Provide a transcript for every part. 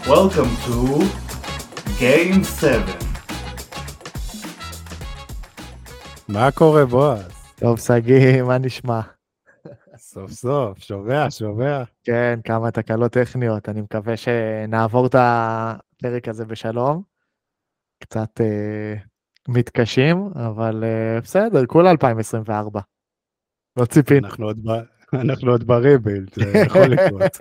Welcome to Game 7. מה קורה בועז? טוב, סגי, מה נשמע? סוף סוף, שומע. כן, כמה תקלות טכניות, אני מקווה שנעבור את הפרק הזה בשלום. קצת מתקשים, אבל בסדר, כולה 2024. לא ציפינו. אנחנו עוד בריבילד, זה יכול לקרות.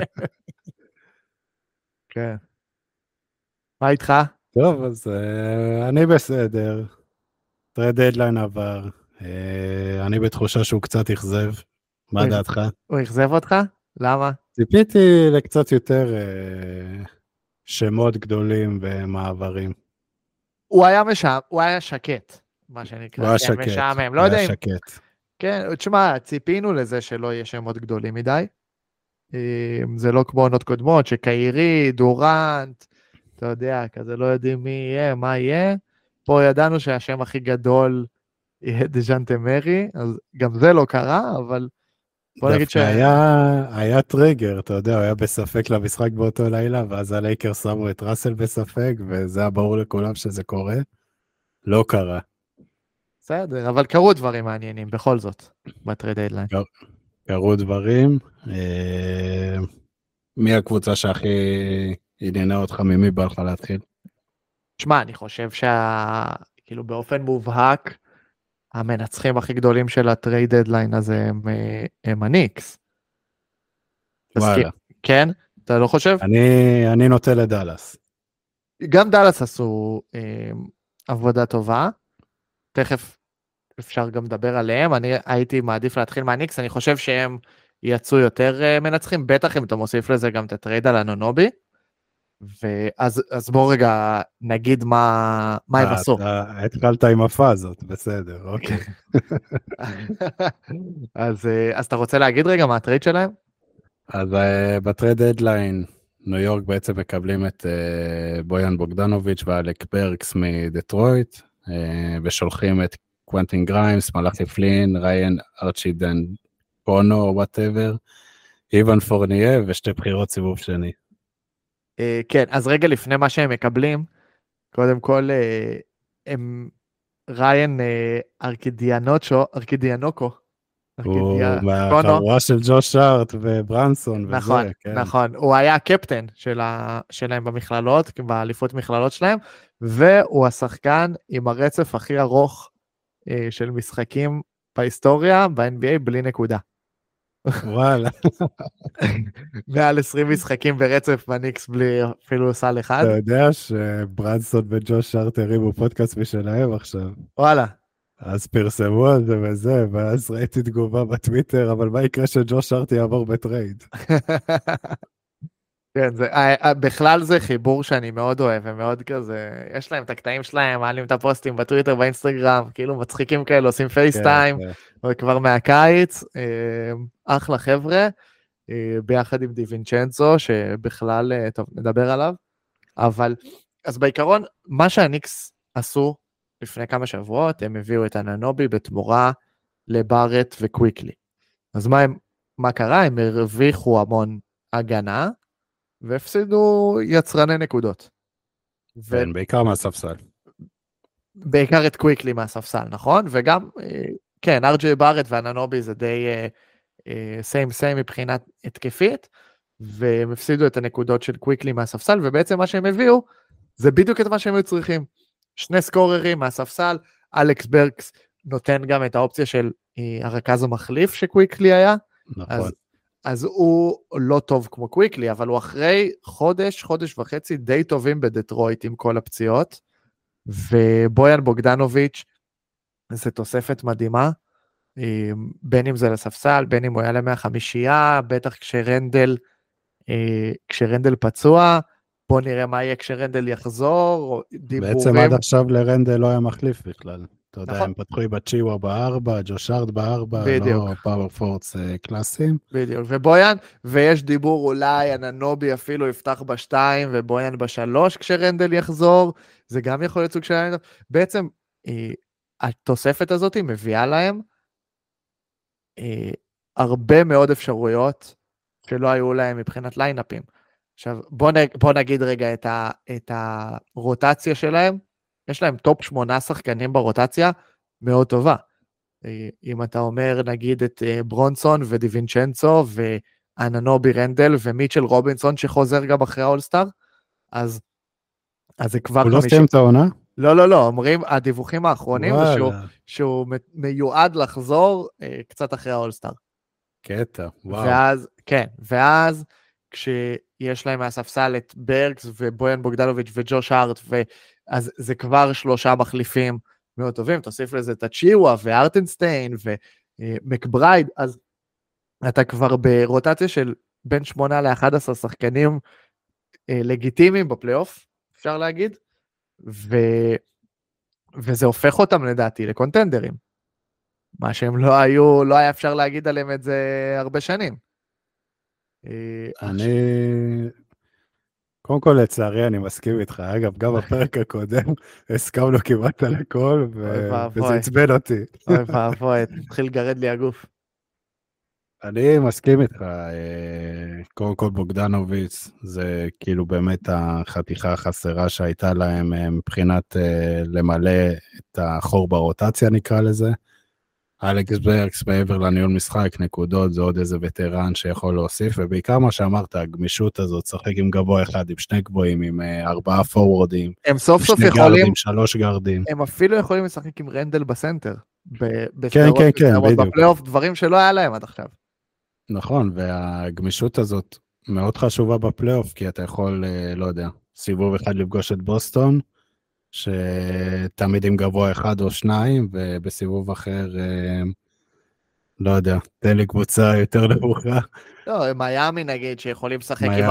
כן. מה איתך? טוב, אז אני בסדר. טרד דדליין עבר. אני בתחושה שהוא קצת אכזב. מה דעתך? הוא אכזב אותך? למה? ציפיתי לקצת יותר שמות גדולים ומעברים. הוא היה שקט, מה שנקרא. הוא היה כן, שקט. משעמם, לא הוא יודע היה אם... שקט. כן, תשמע, ציפינו לזה שלא יהיה שמות גדולים מדי. זה לא כמו עונות קודמות, שקיירי, דורנט, אתה יודע, כזה לא יודעים מי יהיה, מה יהיה. פה ידענו שהשם הכי גדול יהיה דז'אנטה מרי, אז גם זה לא קרה, אבל בוא נגיד היה טריגר, אתה יודע, הוא היה בספק למשחק באותו לילה, ואז הלייקר שמו את ראסל בספק, וזה היה ברור לכולם שזה קורה. לא קרה. בסדר, אבל קרו דברים מעניינים בכל זאת, בטרייד דדליין. קרו דברים. מי הקבוצה שהכי עניינה אותך, ממי בא לך להתחיל? תשמע, אני חושב כאילו באופן מובהק, המנצחים הכי גדולים של הטרייד דדליין הזה הם הניקס. וואלה. כן? אתה לא חושב? אני נוטה לדלס. גם דלס עשו עבודה טובה. תכף אפשר גם לדבר עליהם. אני הייתי מעדיף להתחיל מהניקס. אני חושב שהם יצאו יותר מנצחים. בטח אם אתה מוסיף לזה גם את הטרייד על אנונובי. אז בואו רגע נגיד מה הם עשו. התחלת עם הפאזות, בסדר, אוקיי. אז אתה רוצה להגיד רגע מה הטרייד שלהם? אז בטרייד דדליין, ניו יורק בעצם מקבלים את בויאן בוגדנוביץ' ואלק ברקס מדטרויט, ושולחים את קוונטין גריימס, מלאכי פלין, ריין ארצ'ידן פונו או וואטאבר, איוון פורניה ושתי בחירות סיבוב שני. כן, אז רגע לפני מה שהם מקבלים, קודם כל, הם ריין ארקידיאנוקו. הוא מהחבורה של ג'וש הארט וברנסון וזה. נכון, כן. נכון. הוא היה הקפטן שלהם במכללות, באליפות מכללות שלהם, והוא השחקן עם הרצף הכי ארוך של משחקים בהיסטוריה, ב-NBA, בלי נקודה. וואלה. מעל 20 משחקים ברצף בניקס בלי אפילו סל אחד. אתה יודע שברנסון וג'וש הארט הרימו פודקאסט משלהם עכשיו. וואלה. אז פרסמו על זה וזה, ואז ראיתי תגובה בטוויטר, אבל מה יקרה שג'וש הארט יעבור בטרייד? כן, בכלל זה חיבור שאני מאוד אוהב, ומאוד כזה, יש להם את הקטעים שלהם, מעלים את הפוסטים בטוויטר, באינסטגרם, כאילו מצחיקים כאלה, עושים פייסטיים, וכבר מהקיץ, אחלה חבר'ה, ביחד עם דיווינצ'נצו, שבכלל, טוב, נדבר עליו, אבל, אז בעיקרון, מה שהניקס עשו לפני כמה שבועות, הם הביאו את אננובי בתמורה לברט וקוויקלי. אז מה קרה? הם הרוויחו המון הגנה, והפסידו יצרני נקודות. כן, בעיקר מהספסל. בעיקר את קוויקלי מהספסל, נכון? וגם, כן, ארג'י ברט ואננובי זה די סיים מבחינת התקפית, והם הפסידו את הנקודות של קוויקלי מהספסל, ובעצם מה שהם הביאו, זה בדיוק את מה שהם היו צריכים. שני סקוררים מהספסל, אלכס ברקס נותן גם את האופציה של הרכז המחליף שקוויקלי היה. נכון. אז הוא לא טוב כמו קוויקלי, אבל הוא אחרי חודש וחצי די טובים בדטרויט עם כל הפציעות, ובויאן בוגדנוביץ' זה תוספת מדהימה, בין אם זה לספסל, בין אם הוא היה ל150, בטח כשרנדל פצוע, בוא נראה מה יהיה כשרנדל יחזור, דיבורים. בעצם עד עכשיו לרנדל לא היה מחליף בכלל. אתה יודע, נכון. הם פתחו עם הצ'יווה ב4, ג'ושארד ב4, לא פאוור פורץ קלאסיים. בדיוק, ובויאן, ויש דיבור אולי, אננובי אפילו יפתח ב2, ובויאן ב3 כשרנדל יחזור, זה גם יכול להיות סוג של... בעצם, התוספת הזאת מביאה להם הרבה מאוד אפשרויות שלא היו להם מבחינת ליינאפים. עכשיו, בוא נגיד רגע את הרוטציה שלהם, יש להם טופ 8 שחקנים ברוטציה, מאוד טובה. אם אתה אומר, נגיד את ברונסון ודיווינצ'נצו, ואננובי רנדל, ומיטשל רובינסון, שחוזר גם אחרי האולסטאר, אז זה כבר... הוא לא סיים את העונה? לא, אומרים, הדיווחים האחרונים, שהוא מיועד לחזור קצת אחרי האולסטאר. קטע, וואו. ואז כשיש להם מהספסל את ברקס ובויאן בוגדנוביץ' וג'וש הארט, אז זה כבר 3 מחליפים מאוד טובים, תוסיף לזה את הצ'יווה וארטנסטיין ומקברייד, אז אתה כבר ברוטציה של בין 8 ל-11 שחקנים לגיטימיים בפלייאוף, אפשר להגיד, וזה הופך אותם לדעתי לקונטנדרים, מה שהם לא היה אפשר להגיד עליהם את זה הרבה שנים. קודם כל לצערי אני מסכים איתך, אגב גם בפרק הקודם הסכמנו כמעט על הכל וזה עצבן אותי. אוי ואבוי, תתחיל לגרד לי הגוף. אני מסכים איתך, קודם כל בוגדנוביץ' זה כאילו באמת החתיכה החסרה שהייתה להם מבחינת למלא את החור ברוטציה נקרא לזה. אלכס ברקס מעבר לניהול משחק, נקודות, זה עוד איזה וטרן שיכול להוסיף, ובעיקר מה שאמרת, הגמישות הזאת, שחק עם גבוה אחד, עם 2 גבוהים, עם 4 פורורדים, הם סוף סוף יכולים, גרדים, 3 גרדים, גרדים. הם אפילו יכולים לשחק עם רנדל בסנטר, כן, בדיוק. בפלייאוף, דברים שלא היה להם עד עכשיו. נכון, והגמישות הזאת מאוד חשובה בפלייאוף, כי אתה יכול, לא יודע, סיבוב אחד לפגוש את בוסטון, שתמיד עם גבוה 1 או 2, ובסיבוב אחר, לא יודע, תן לי קבוצה יותר נמוכה. לא, מיאמי נגיד, שיכולים לשחק עם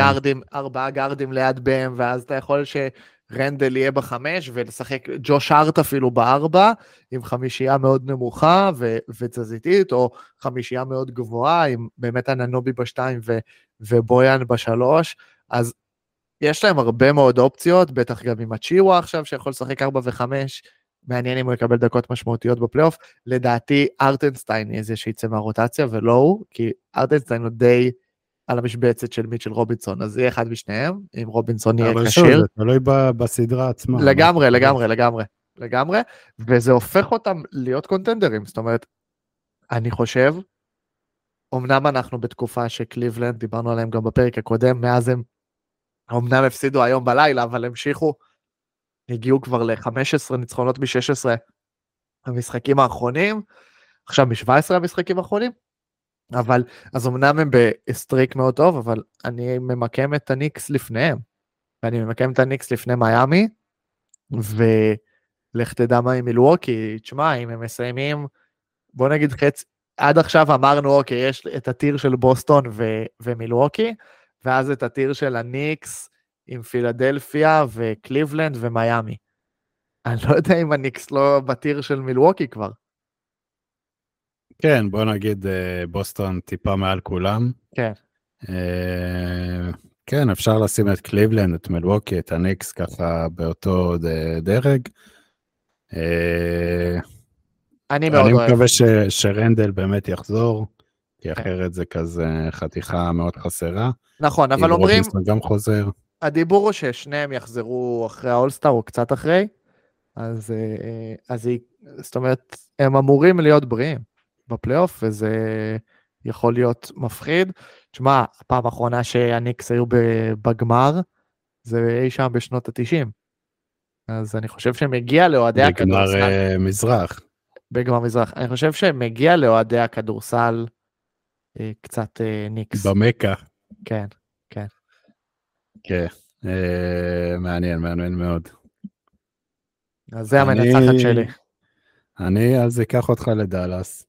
4 גרדים ליד בהם, ואז אתה יכול שרנדל יהיה ב5, ולשחק ג'וש הארט אפילו ב4, עם 5 מאוד נמוכה ותזזיתית, או 5 מאוד גבוהה, עם באמת אננובי ב2 ובויאן ב3, אז יש להם הרבה מאוד אופציות, בטח גם עם הצ'יווה עכשיו, שיכול לשחק 4 ו5, מעניין אם הוא יקבל דקות משמעותיות בפלייאוף, לדעתי ארטנסטיין יהיה זה שיצא מהרוטציה, ולא הוא, כי ארטנסטיין הוא די על המשבצת של מיטשל רובינסון, אז יהיה אחד משניהם, אם רובינסון יהיה כשיר. אבל שוב, זה תלוי בסדרה עצמה. לגמרי, וזה הופך אותם להיות קונטנדרים, זאת אומרת, אני חושב, אמנם אנחנו בתקופה שקליבלנד, דיברנו עליהם גם בפרק הקודם, מאז הם אמנם הפסידו היום בלילה, אבל המשיכו, הגיעו כבר ל-15 ניצחונות מ-16 המשחקים האחרונים, עכשיו מ-17 המשחקים האחרונים, אבל, אז אמנם הם בסטריק מאוד טוב, אבל אני ממקם את הניקס לפניהם, ואני ממקם את הניקס לפני מיאמי, ולך תדע מה עם מילווקי, תשמע, אם הם מסיימים, בוא נגיד חצי, עד עכשיו אמרנו, אוקיי, יש את הטיר של בוסטון ומילווקי, ואז את הטיר של הניקס עם פילדלפיה וקליבלנד ומיאמי. אני לא יודע אם הניקס לא בטיר של מילווקי כבר. כן, בוא נגיד בוסטון טיפה מעל כולם. כן. כן, אפשר לשים את קליבלנד, את מילווקי, את הניקס ככה באותו דרג. אני מאוד אוהב. אני מקווה שרנדל באמת יחזור, כי אחרת זה כזה חתיכה מאוד חסרה. נכון, אבל אומרים, גם חוזר. הדיבור הוא ששניהם יחזרו אחרי האולסטאר או קצת אחרי, אז זאת אומרת, הם אמורים להיות בריאים בפלייאוף, וזה יכול להיות מפחיד. תשמע, הפעם האחרונה שהניקס היו בגמר, זה אי שם בשנות ה-90. אז אני חושב שמגיע לאוהדי הכדורסל. בגמר מזרח. בגמר מזרח. אני חושב שמגיע לאוהדי הכדורסל קצת ניקס. במקה. כן, כן. כן, מעניין מאוד. אז זה המנצחת שלי. אני אז אקח אותך לדלס,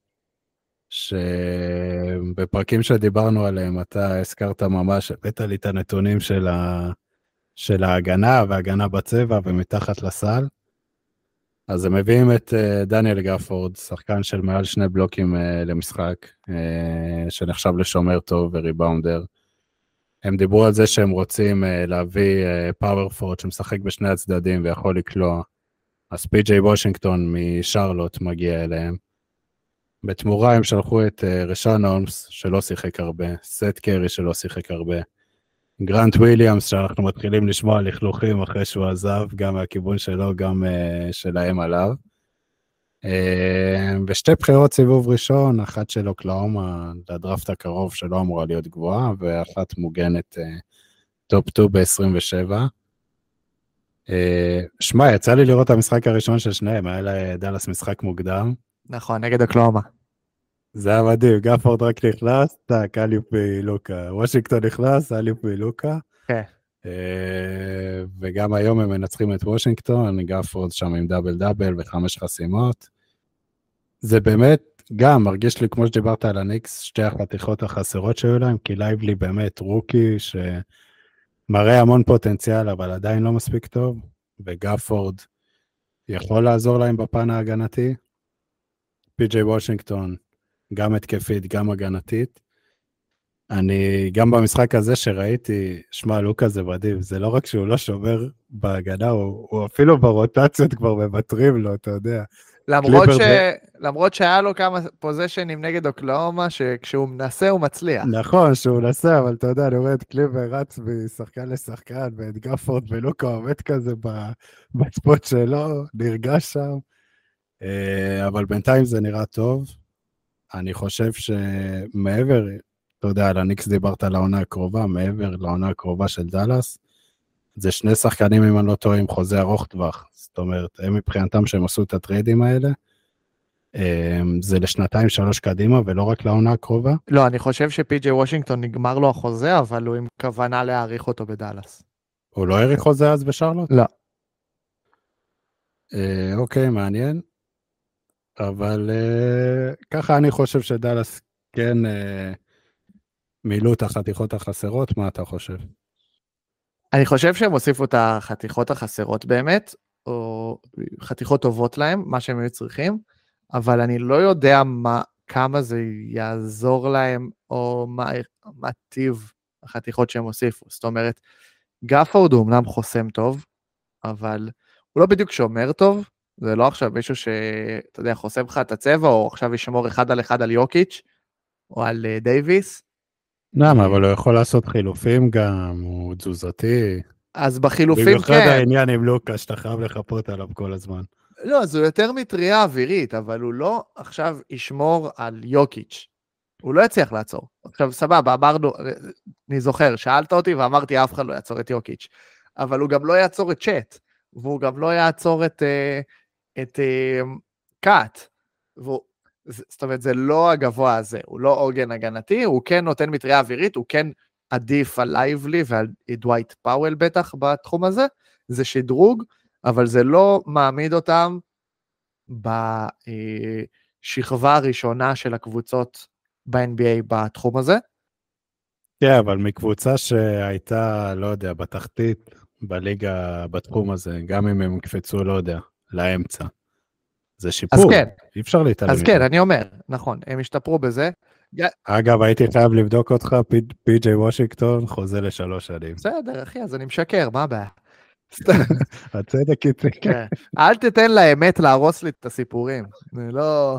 שבפרקים שדיברנו עליהם, אתה הזכרת ממש, הבאת לי את הנתונים של ההגנה, וההגנה בצבע ומתחת לסל, אז הם מביאים את דניאל גפורד, שחקן של מעל 2 בלוקים למשחק, שנחשב לשומר טוב וריבאונדר. הם דיברו על זה שהם רוצים להביא פאוורפורד שמשחק בשני הצדדים ויכול לקלוע. אז פי.ג'יי וושינגטון משרלוט מגיע אליהם. בתמורה הם שלחו את רשן הולמס שלא שיחק הרבה, סט קרי שלא שיחק הרבה, גרנט וויליאמס, שאנחנו מתחילים לשמוע לכלוכים אחרי שהוא עזב, גם מהכיוון שלו, גם שלהם עליו. בשתי בחירות סיבוב ראשון, אחת של אוקלהומה לדראפט הקרוב שלא אמורה להיות גבוהה, ואחת מוגנת טופ 2 ב-27. שמע, יצא לי לראות את המשחק הראשון של שניהם, היה לדלס משחק מוקדם. נכון, נגד אוקלהומה. זה היה מדהים, גפורד רק נכנס, טק, אליופי לוקה. וושינגטון נכנס, אליופי לוקה. כן. וגם היום הם מנצחים את וושינגטון, גפורד שם עם דאבל דאבל ו5 חסימות. זה באמת, גם מרגיש לי כמו שדיברת על הניקס, שתי החתיכות החסרות שהיו להם, כי לייבלי באמת רוקי שמראה המון פוטנציאל, אבל עדיין לא מספיק טוב, וגפורד יכול לעזור להם בפן ההגנתי. פי.ג'יי וושינגטון, גם התקפית, גם הגנתית. אני, גם במשחק הזה שראיתי, שמע, לוקה זה מדהים, זה לא רק שהוא לא שומר בהגנה, הוא אפילו ברוטציות כבר מבטרים לו, אתה יודע. למרות שהיה לו כמה פוזיישנים נגד אוקלהומה, שכשהוא מנסה הוא מצליח. נכון, שהוא מנסה, אבל אתה יודע, אני רואה את קליבר רץ משחקן לשחקן, ואת גפורד ולוקה עומד כזה בספוט שלו, נרגש שם. אבל בינתיים זה נראה טוב. אני חושב שמעבר, אתה יודע, על הניקס דיברת על העונה הקרובה, מעבר לעונה הקרובה של דלס, זה שני שחקנים, אם אני לא טועה, עם חוזה ארוך טווח. זאת אומרת, הם מבחינתם שהם עשו את הטריידים האלה, זה לשנתיים, 3 קדימה, ולא רק לעונה הקרובה. לא, אני חושב שפי.ג'יי וושינגטון נגמר לו החוזה, אבל הוא עם כוונה להאריך אותו בדלס. הוא לא האריך חוזה אז בשרלוט? לא. אוקיי, מעניין. אבל ככה אני חושב שדלס כן מילאו את החתיכות החסרות, מה אתה חושב? אני חושב שהם הוסיפו את החתיכות החסרות באמת, או חתיכות טובות להם, מה שהם היו צריכים, אבל אני לא יודע כמה זה יעזור להם, או מה טיב החתיכות שהם הוסיפו. זאת אומרת, גפורד הוא אמנם חוסם טוב, אבל הוא לא בדיוק שומר טוב, זה לא עכשיו מישהו שאתה יודע, חוסם לך את הצבע, או עכשיו ישמור 1 על 1 על יוקיץ', או על דייביס. למה, אבל הוא יכול לעשות חילופים גם, הוא תזוזתי. אז בחילופים כן. במיוחד העניין עם לוקה, שאתה חייב לחפות עליו כל הזמן. לא, אז הוא יותר מטריה אווירית, אבל הוא לא עכשיו ישמור על יוקיץ'. הוא לא יצליח לעצור. עכשיו, סבבה, אמרנו, אני זוכר, שאלת אותי ואמרתי, אף אחד לא יעצור את יוקיץ'. אבל הוא גם לא יעצור את צ'אט, והוא גם לא יעצור את קאט. זאת אומרת, זה לא הגבוה הזה, הוא לא עוגן הגנתי, הוא כן נותן מטריה אווירית, הוא כן עדיף על לייבלי ועל דווייט פאוול בטח בתחום הזה, זה שדרוג, אבל זה לא מעמיד אותם בשכבה הראשונה של הקבוצות ב-NBA בתחום הזה. כן, אבל מקבוצה שהייתה, לא יודע, בתחתית, בליגה, בתחום הזה, גם אם הם קפצו, לא יודע, לאמצע. זה שיפור, אז כן. אי אפשר להתעלם. אז כן, אני אומר, נכון, הם השתפרו בזה. אגב, הייתי חייב לבדוק אותך, פי.ג'יי וושינגטון חוזה ל3 שנים. בסדר, אחי, אז אני משקר, מה הבעיה? הצדק יצא. אל תתן לאמת להרוס לי את הסיפורים. אני לא...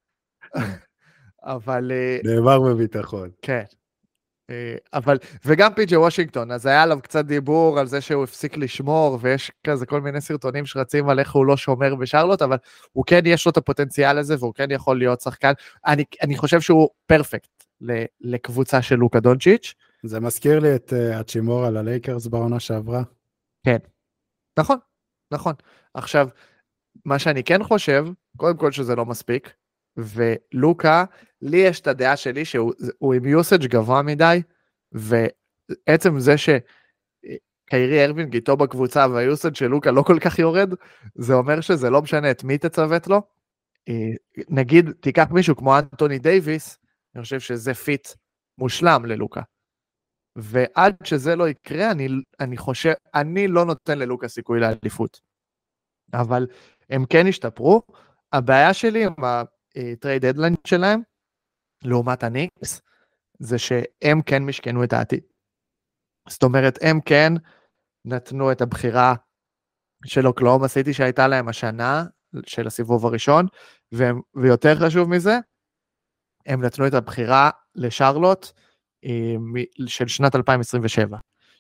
אבל... נאמר בביטחון. כן. אבל, וגם פי.ג'יי וושינגטון, אז היה עליו קצת דיבור על זה שהוא הפסיק לשמור, ויש כזה כל מיני סרטונים שרצים על איך הוא לא שומר בשרלוט, אבל הוא כן יש לו את הפוטנציאל הזה, והוא כן יכול להיות שחקן. אני חושב שהוא פרפקט לקבוצה של לוקה דונצ'יץ'. זה מזכיר לי את הצ'ימור על הלייקרס בעונה שעברה. כן, נכון, נכון. עכשיו, מה שאני כן חושב, קודם כל שזה לא מספיק, ולוקה, לי יש את הדעה שלי שהוא עם יוסאג' גבוה מדי, ועצם זה שקיירי ארווינג איתו בקבוצה, והיוסאג' של לוקה לא כל כך יורד, זה אומר שזה לא משנה את מי תצוות לו. נגיד, תיקח מישהו כמו אנטוני דייביס, אני חושב שזה פיט מושלם ללוקה. ועד שזה לא יקרה, אני חושב, אני לא נותן ללוקה סיכוי לאליפות. אבל הם כן השתפרו. הבעיה שלי עם הטרייד דדליין שלהם, לעומת הניקס, זה שהם כן משכנו את העתיד. זאת אומרת, הם כן נתנו את הבחירה של אוקלהומה סיטי שהייתה להם השנה, של הסיבוב הראשון, ויותר חשוב מזה, הם נתנו את הבחירה לשרלוט של שנת 2027,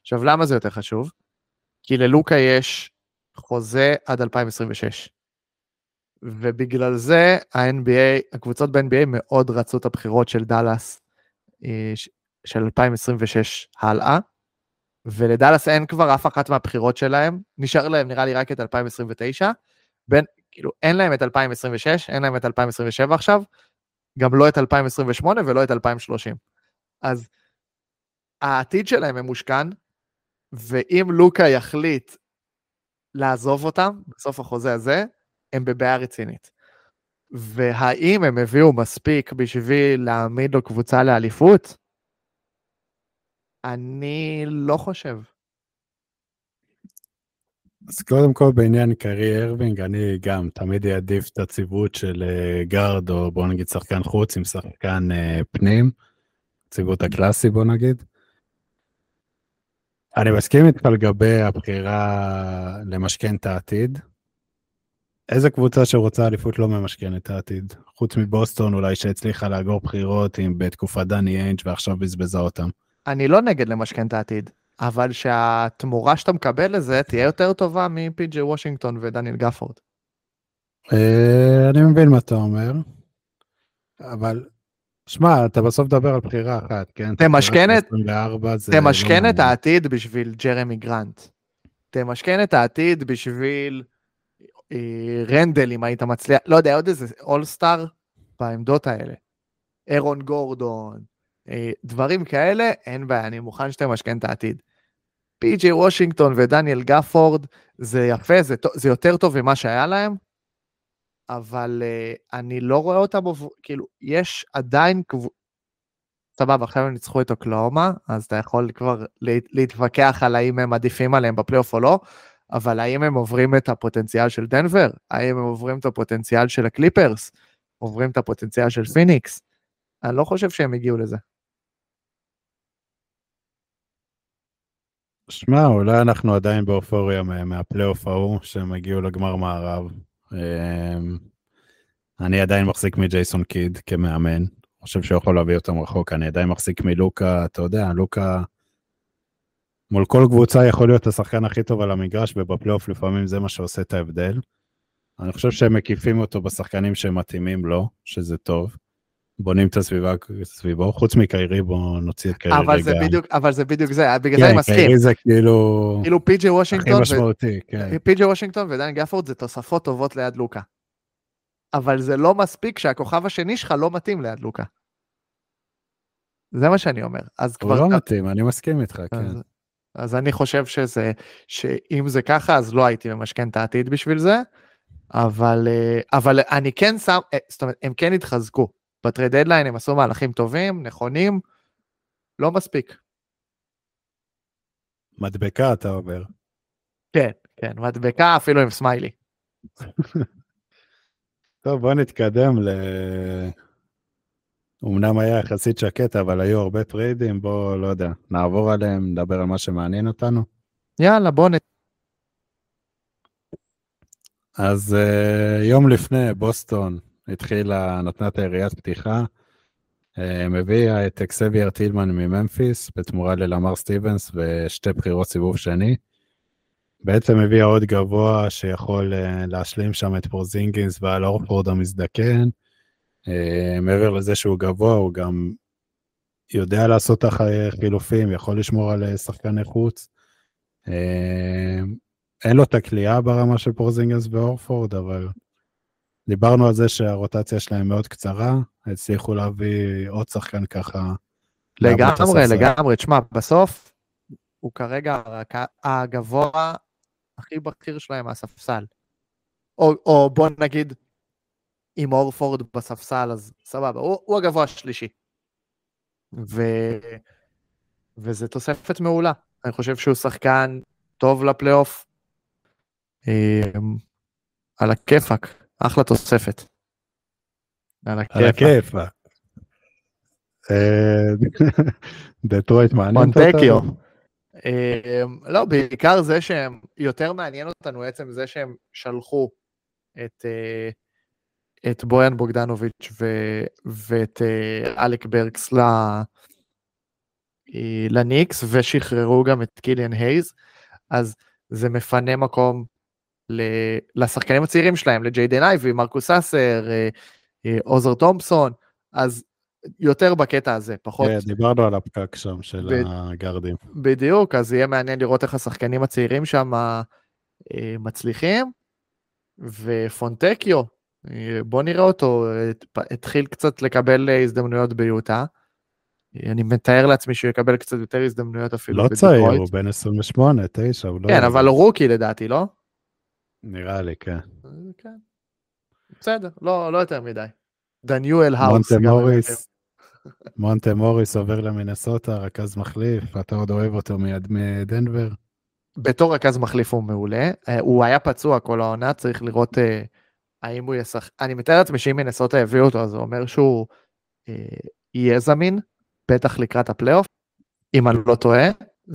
עכשיו, למה זה יותר חשוב? כי ללוקה יש חוזה עד 2026. ובגלל זה הקבוצות ב-NBA מאוד רצו את הבחירות של דלס של 2026 הלאה, ולדלס אין כבר אף אחת מהבחירות שלהם, נשאר להם נראה לי רק את 2029, כאילו אין להם את 2026, אין להם את 2027 עכשיו, גם לא את 2028 ולא את 2030. אז העתיד שלהם ממושכן, ואם לוקה יחליט לעזוב אותם בסוף החוזה הזה, הם בבעיה רצינית. והאם הם הביאו מספיק בשביל להעמיד לו קבוצה לאליפות? אני לא חושב. אז קודם כל בעניין קיירי ארווינג, אני גם תמיד אעדיף את הציבות של גארד, או בוא נגיד שחקן חוץ עם שחקן פנים, ציבות הקלאסי בוא נגיד. אני מסכים איתך לגבי הבחירה למשכן את העתיד. איזה קבוצה שרוצה אליפות לא ממשכן את העתיד? חוץ מבוסטון אולי שהצליחה לאגור בחירות בתקופת דני איינג' ועכשיו בזבזה אותם. אני לא נגד למשכן את העתיד, אבל שהתמורה שאתה מקבל לזה תהיה יותר טובה מפי.ג'יי וושינגטון ודניאל גפורד. אני מבין מה אתה אומר, אבל שמע, אתה בסוף דבר על בחירה אחת, כן? תמשכן את העתיד בשביל ג'רמי גרנט. תמשכן את העתיד בשביל רנדל, אם היית מצליח, לא יודע, עוד איזה אול-סטאר בעמדות האלה. אירון גורדון, דברים כאלה, אין בעיה, אני מוכן שתמשכן את העתיד. פי.ג'יי וושינגטון ודניאל גפורד, זה יפה, זה יותר טוב ממה שהיה להם, אבל אני לא רואה אותם, כאילו, יש עדיין, סבבה, עכשיו הם ניצחו את אוקלאומה, אז אתה יכול כבר להתווכח על האם הם עדיפים עליהם בפלייאוף או לא, אבל האם הם עוברים את הפוטנציאל של דנבר? האם הם עוברים את הפוטנציאל של הקליפרס? עוברים את הפוטנציאל של פיניקס? אני לא חושב שהם הגיעו לזה. שמע, אולי אנחנו עדיין באופוריה מהפלייאוף ההוא, שהם הגיעו לגמר מערב. אני עדיין מחזיק מג'ייסון קיד כמאמן. חושב שהוא יכול להביא אותם רחוק. אני עדיין מחזיק מלוקה, אתה יודע, לוקה מול כל קבוצה יכול להיות השחקן הכי טוב על המגרש, ובפלייאוף לפעמים זה מה שעושה את ההבדל. אני חושב שהם מקיפים אותו בשחקנים שהם מתאימים לו, שזה טוב. בונים את הסביבה סביבו, חוץ מקיירי, בוא נוציא את קיירי רגע. אבל זה בדיוק זה, בגלל זה אני מסכים. קיירי זה כאילו פי.ג'יי וושינגטון, הכי משמעותי, כן. פי.ג'יי וושינגטון ודן גפורד זה תוספות טובות ליד לוקה. אבל זה לא מספיק שהכוכב השני שלך לא מתאים ליד לוקה. זה מה שאני אומר. הוא לא מתאים, אני מסכים איתך, כן. אז אני חושב שאם זה ככה, אז לא הייתי ממשכן את העתיד בשביל זה, אבל אני כן שם, זאת אומרת, הם כן התחזקו. בטרייד דדליין הם עשו מהלכים טובים, נכונים, לא מספיק. מדבקה, אתה אומר. כן, כן, מדבקה אפילו עם סמיילי. טוב, בוא נתקדם אמנם היה יחסית שקט, אבל היו הרבה טריידים, בוא, לא יודע, נעבור עליהם, נדבר על מה שמעניין אותנו. יאללה, בוא אז יום לפני, בוסטון התחילה, נתנה את היריית פתיחה, מביאה את אקסבייר טילמן מממפיס, בתמורה ללמר סטיבנס, ושתי בחירות סיבוב שני. בעצם הביאה עוד גבוה שיכול להשלים שם את פורזינגיס ועל אורפורד המזדקן, מעבר לזה שהוא גבוה, הוא גם יודע לעשות חילופים, יכול לשמור על שחקני חוץ. אין לו את הקליעה ברמה של פורזינגס ואורפורד, אבל דיברנו על זה שהרוטציה שלהם מאוד קצרה, הצליחו להביא עוד שחקן ככה. לגמרי, תשמע, בסוף הוא כרגע הגבוה הכי בכיר שלהם מהספסל. או בוא נגיד, עם אורפורד בספסל, אז סבבה, הוא הגבוה השלישי. וזה תוספת מעולה. אני חושב שהוא שחקן טוב לפלייאוף. על הכיפק, אחלה תוספת. על הכיפק. דטרויט מעניין. מונטקיו. לא, בעיקר זה שהם, יותר מעניין אותנו עצם זה שהם שלחו את בויאן בוגדנוביץ' ואת אלק ברקס לניקס, ושחררו גם את קיליאן הייז, אז זה מפנה מקום לשחקנים הצעירים שלהם, לג'יידן אייבי, מרקוס אסר, עוזר תומפסון, אז יותר בקטע הזה, פחות... דיברנו על הפקק שם של הגרדים. בדיוק, אז יהיה מעניין לראות איך השחקנים הצעירים שם מצליחים, ופונטקיו, בוא נראה אותו, התחיל קצת לקבל הזדמנויות ביוטה, אני מתאר לעצמי שהוא יקבל קצת יותר הזדמנויות אפילו. לא צעיר, הוא בן 28, 9, הוא לא... כן, אבל הוא רוקי לדעתי, לא? נראה לי, כן. כן. בסדר, לא יותר מדי. דניואל האוס. מונטה מוריס עובר למינסוטה, רכז מחליף, אתה עוד אוהב אותו מדנבר? בתור רכז מחליף הוא מעולה, הוא היה פצוע כל העונה, צריך לראות האם הוא ישחק. אני מתאר לעצמי שאם מינסוטה הביאו אותו, אז זה אומר שהוא יהיה זמין, בטח לקראת הפלייאוף, אם אני לא טועה,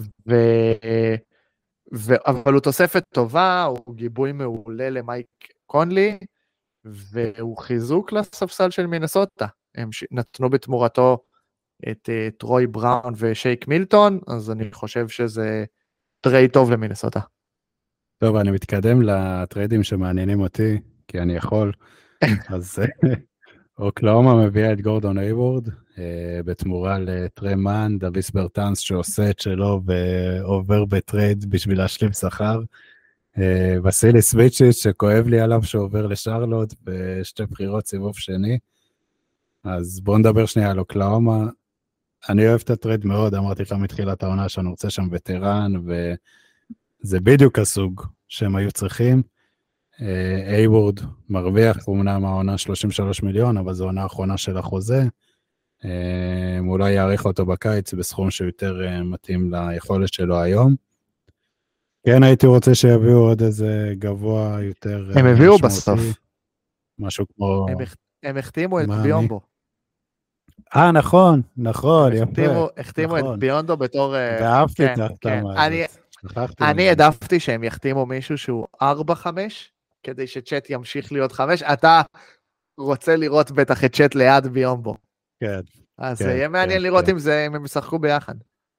אבל הוא תוספת טובה, הוא גיבוי מעולה למייק קונלי, והוא חיזוק לספסל של מינסוטה. הם נתנו בתמורתו את טרוי בראון ושייק מילטון, אז אני חושב שזה טרייד טוב למינסוטה. טוב, אני מתקדם לטריידים שמעניינים אותי, כי אני יכול. אז אוקלאומה מביאה את גורדון הייוורד, בתמורה לטרמן, דוויס ברטנס שעושה את שלו ועובר בטרייד בשביל להשלים שכר. וסילי סוויצ'יץ' שכואב לי עליו שעובר לשרלוט בשתי בחירות סיבוב שני. אז בואו נדבר שנייה על אוקלאומה. אני אוהב את הטרייד מאוד, אמרתי לך מתחילת העונה שאני רוצה שם וטרן, וזה בדיוק הסוג שהם היו צריכים. הייוורד מרוויח, אמנם העונה 33 מיליון, אבל זו העונה האחרונה של החוזה. אולי יעריך אותו בקיץ בסכום שיותר מתאים ליכולת שלו היום. כן, הייתי רוצה שיביאו עוד איזה גבוה יותר... הם הביאו בסוף. משהו כמו... הם החתימו את ביומבו. נכון, יפה. החתימו את ביונדו בתור... ואהבתי את ההחתמה. אני העדפתי שהם יחתימו מישהו שהוא 4-5, כדי שצ'אט ימשיך להיות 5. אתה רוצה לראות בטח את צ'אט ליד ביומבו. כן. אז יהיה מעניין לראות אם הם ישחקו ביחד.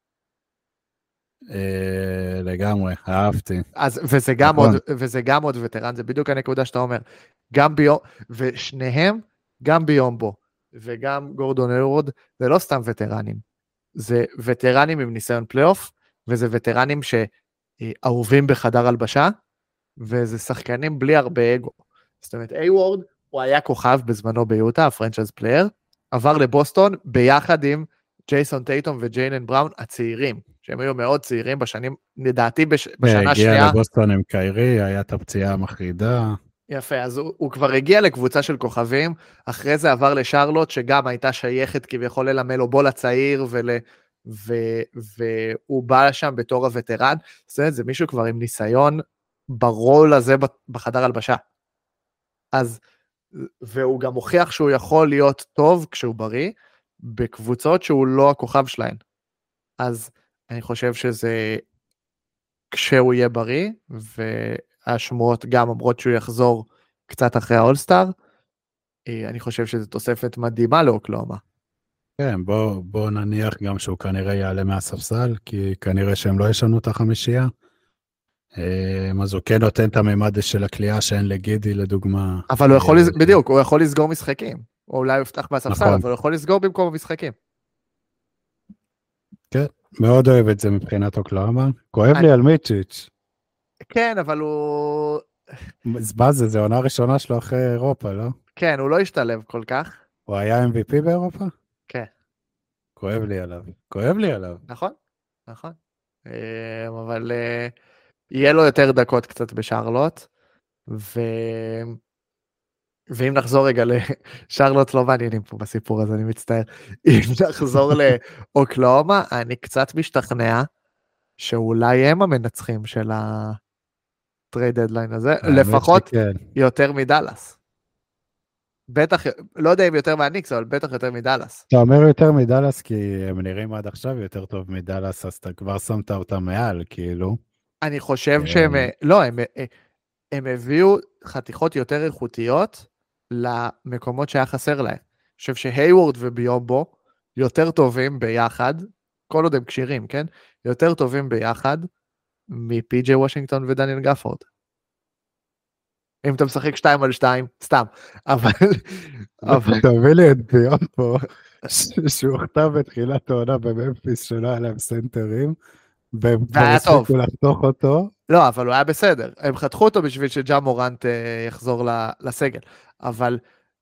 לגמרי, אהבתי. וזה גם עוד וטרן, זה בדיוק הנקודה שאתה אומר. ושניהם, גם ביומבו וגם גורדון הייוורד, זה לא סתם וטרנים. זה וטרנים עם ניסיון פלייאוף, וזה וטרנים שאהובים בחדר הלבשה, וזה שחקנים בלי הרבה אגו. זאת אומרת, הייוורד, הוא היה כוכב בזמנו ביוטה, הפרנצ'ייז פלייר, עבר לבוסטון ביחד עם ג'ייסון טייטום וג'יילן בראון הצעירים, שהם היו מאוד צעירים בשנים, לדעתי בשנה השנייה. הגיע לבוסטון עם קיירי, היה את הפציעה המחרידה. יפה, אז הוא כבר הגיע לקבוצה של כוכבים, אחרי זה עבר לשרלוט, שגם הייתה שייכת כביכול למלו בול הצעיר, והוא בא שם בתור הווטרן, זה מישהו כבר עם ניסיון ברול הזה בחדר הלבשה. אז, והוא גם הוכיח שהוא יכול להיות טוב כשהוא בריא, בקבוצות שהוא לא הכוכב שלהן. אז אני חושב שזה, כשהוא יהיה בריא, והשמועות גם אומרות שהוא יחזור קצת אחרי האולסטאר, אני חושב שזו תוספת מדהימה לאוקלאומה. כן, בוא נניח גם שהוא כנראה יעלה מהספסל, כי כנראה שהם לא ישנו את החמישייה. אז הוא כן נותן את הממד של הקליעה שאין לגידי לדוגמה. אבל הוא יכול, בדיוק, הוא יכול לסגור משחקים. או אולי הוא יפתח מהספסל, אבל הוא יכול לסגור במקום המשחקים. כן, מאוד אוהב את זה מבחינת אוקלאומה. כואב לי על מיצ'יץ'. כן, אבל הוא... זה עונה ראשונה שלו אחרי אירופה, לא? כן, הוא לא השתלב כל כך. הוא היה MVP באירופה? כן. כואב לי עליו. נכון. אבל יהיה לו יותר דקות קצת בשרלוט, ואם נחזור רגע לשרלוט לא מעניינים פה בסיפור הזה, אני מצטער. אם נחזור לאוקלאומה, אני קצת משתכנע שאולי הם המנצחים של הטרייד דדליין הזה, לפחות יותר מדלס. בטח, לא יודע אם יותר מהניקס, אבל בטח יותר מדלס. אתה אומר יותר מדלס, כי הם נראים עד עכשיו יותר טוב מדלס, אז אתה כבר שמת אותם מעל, כאילו. אני חושב שהם, לא, הם הביאו חתיכות יותר איכותיות למקומות שהיה חסר להם. אני חושב שהייוורד וביומבו יותר טובים ביחד כל עוד הם קשירים, כן? יותר טובים ביחד מפי.ג'יי וושינגטון ודניאל גפורד. אם אתה משחק 2-2, סתם. אבל... תביא לי את ביום פה, שהוא הוכתב בתחילת העונה בממפיס שלא היה להם סנטרים, והם כבר הספיקו לחתוך אותו. לא, אבל הוא היה בסדר. הם חתכו אותו בשביל שג'ה מורנט יחזור לסגל. אבל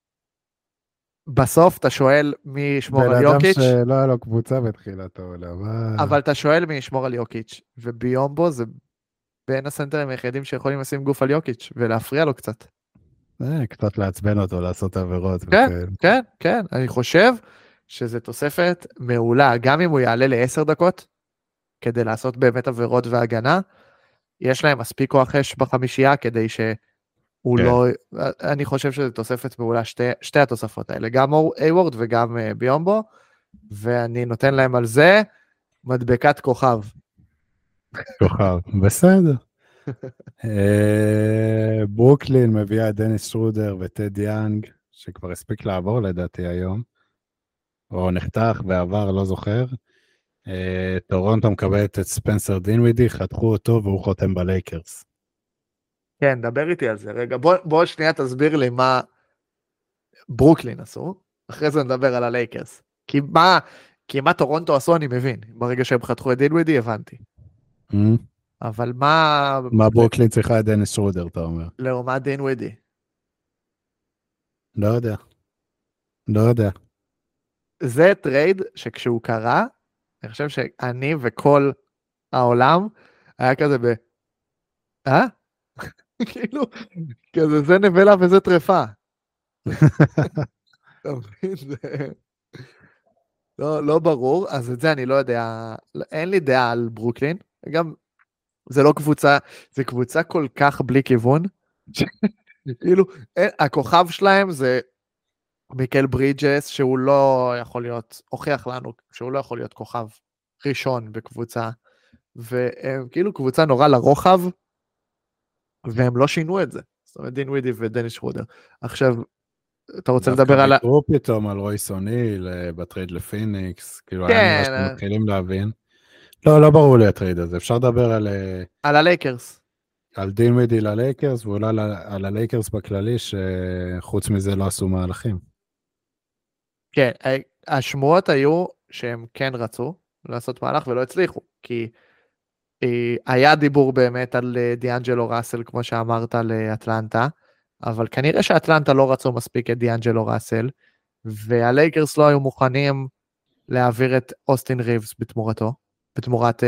בסוף אתה שואל מי ישמור על יוקיץ'. בן אדם שלא היה לו קבוצה בתחילת העונה. אבל אתה שואל מי ישמור על יוקיץ', וביומבו זה בין הסנטרים היחידים שיכולים לשים גוף על יוקיץ' ולהפריע לו קצת. קצת לעצבן אותו, לעשות עבירות. כן, כן, כן. אני חושב שזו תוספת מעולה, גם אם הוא יעלה ל10 דקות, כדי לעשות באמת עבירות והגנה, יש להם מספיק כוח אש בחמישייה, כדי שהוא לא... אני חושב שזו תוספת מעולה, שתי התוספות האלה, גם איוורד וגם ביומבו, ואני נותן להם על זה מדבקת כוכב. כוכב, בסדר. ברוקלין מביאה דניס שרודר וטד יאנג, שכבר הספיק לעבור לדעתי היום, או נחתך ועבר, לא זוכר. טורונטו מקבלת את ספנסר דינווידי, חתכו אותו והוא חותם בלייקרס. כן, דבר איתי על זה. רגע, בוא שנייה תסביר לי מה ברוקלין עשו, אחרי זה נדבר על הלייקרס. כי מה טורונטו עשו אני מבין, ברגע שהם חתכו את דינווידי הבנתי. אבל מה... מה ברוקלין צריכה את דניס שרודר, אתה אומר? לעומת דינווידי. לא יודע. לא יודע. זה טרייד שכשהוא קרה, אני חושב שאני וכל העולם היה כזה כאילו, כזה זה נבלה וזה טרפה. לא ברור, אז את זה אני לא יודע, אין לי דעה על ברוקלין, גם זה לא קבוצה, זה קבוצה כל כך בלי כיוון, כאילו, הכוכב שלהם זה מיקל ברידג'ס, שהוא לא יכול להיות, הוכיח לנו שהוא לא יכול להיות כוכב ראשון בקבוצה, והם כאילו קבוצה נורא לרוחב, והם לא שינו את זה. זאת אומרת, דין ווידי ודניס שרודר. עכשיו, אתה רוצה לדבר על... דווקא ביקרו פתאום על רויס אוניל, בטרייד לפיניקס, כאילו היה נראה שאתם מתחילים להבין. לא ברור לי הטרייד הזה, אפשר לדבר על הלייקרס. על דין ווידי ללייקרס, ואולי על הלייקרס בכללי, שחוץ מזה לא עשו מהלכים. כן, השמועות היו שהם כן רצו לעשות מהלך ולא הצליחו, כי היה דיבור באמת על דיאנג'לו ראסל, כמו שאמרת, לאטלנטה, אבל כנראה שאטלנטה לא רצו מספיק את דיאנג'לו ראסל, והלייקרס לא היו מוכנים להעביר את אוסטין ריבס בתמורתו, בתמורת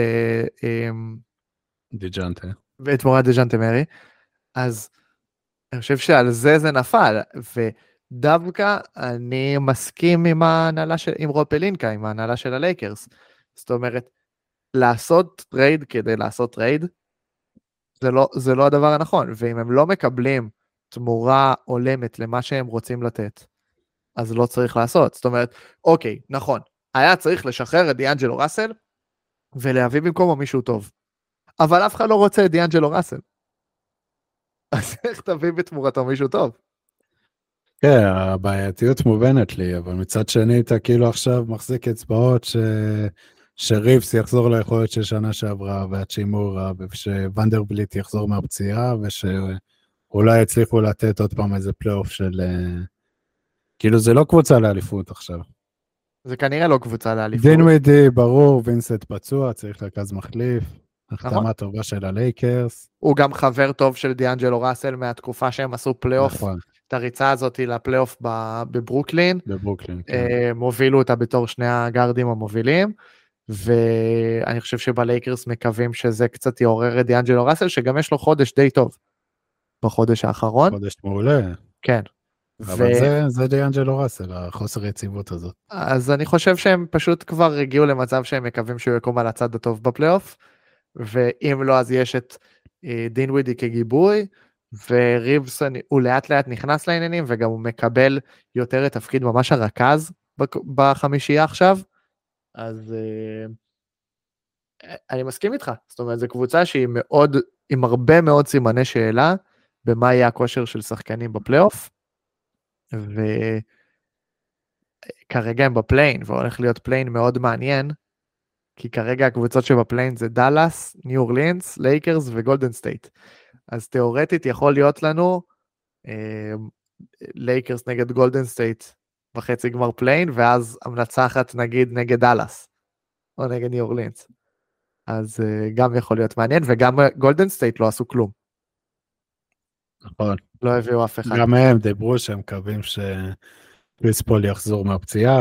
דיג'נטה. בתמורת דיג'נטה מרי, אז אני חושב שעל זה נפל, ודווקא אני מסכים עם ההנהלה עם רוב פלינקה, עם ההנהלה של הלייקרס, זאת אומרת, לעשות טרייד כדי לעשות טרייד, זה לא הדבר הנכון, ואם הם לא מקבלים תמורה עולמת למה שהם רוצים לתת, אז לא צריך לעשות. זאת אומרת, אוקיי, נכון, היה צריך לשחרר את דיאנג'לו ראסל, ולהביא במקומו מישהו טוב. אבל אף אחד לא רוצה את דיאנג'לו ראסל. אז איך תביא בתמורתו מישהו טוב? כן, הבעייתיות מובנת לי, אבל מצד שני אתה כאילו עכשיו מחזיק אצבעות שריבס יחזור ליכולת של שנה שעברה, והצ'ימורה, ושוונדרבליט יחזור מהפציעה, ושאולי יצליחו לתת עוד פעם איזה פלייאוף של... כאילו זה לא קבוצה לאליפות עכשיו. זה כנראה לא קבוצה לאליפות. דינווידי, ברור, וינסט פצוע, צריך לקז מחליף, החתמה טובה של הלייקרס. הוא גם חבר טוב של דיאנג'לו ראסל מהתקופה שהם עשו פלייאוף. נכון. את הריצה הזאת לפלייאוף בברוקלין. בברוקלין, כן. מובילו אותה בתור שני הגארדים המובילים. ואני חושב שבלייקרס מקווים שזה קצת יעורר את דיאנג'לו ראסל, שגם יש לו חודש די טוב בחודש האחרון. חודש מעולה. כן. אבל זה דיאנג'לו ראסל, החוסר יציבות הזאת. אז אני חושב שהם פשוט כבר הגיעו למצב שהם מקווים שהוא יקום על הצד הטוב בפלייאוף, ואם לא אז יש את דין ווידי כגיבוי, וריבס הוא לאט לאט נכנס לעניינים, וגם הוא מקבל יותר את תפקיד ממש הרכז בחמישייה עכשיו, אז אני מסכים איתך, זאת אומרת, זו קבוצה שהיא מאוד, עם הרבה מאוד סימני שאלה, במה יהיה הכושר של שחקנים בפלייאוף, וכרגע הם בפליין, והולך להיות פליין מאוד מעניין, כי כרגע הקבוצות שבפליין זה דאלאס, ניו אורלינס, לייקרס וגולדן סטייט. אז תיאורטית יכול להיות לנו לייקרס נגד גולדן סטייט בחצי גמר פליין, ואז המנצחת נגיד נגד דאלאס, או נגד ניו אורלינס. אז גם יכול להיות מעניין, וגם גולדן סטייט לא עשו כלום. נכון. לא הביאו אף אחד. גם הם דיברו שהם מקווים שקריס פול יחזור מהפציעה,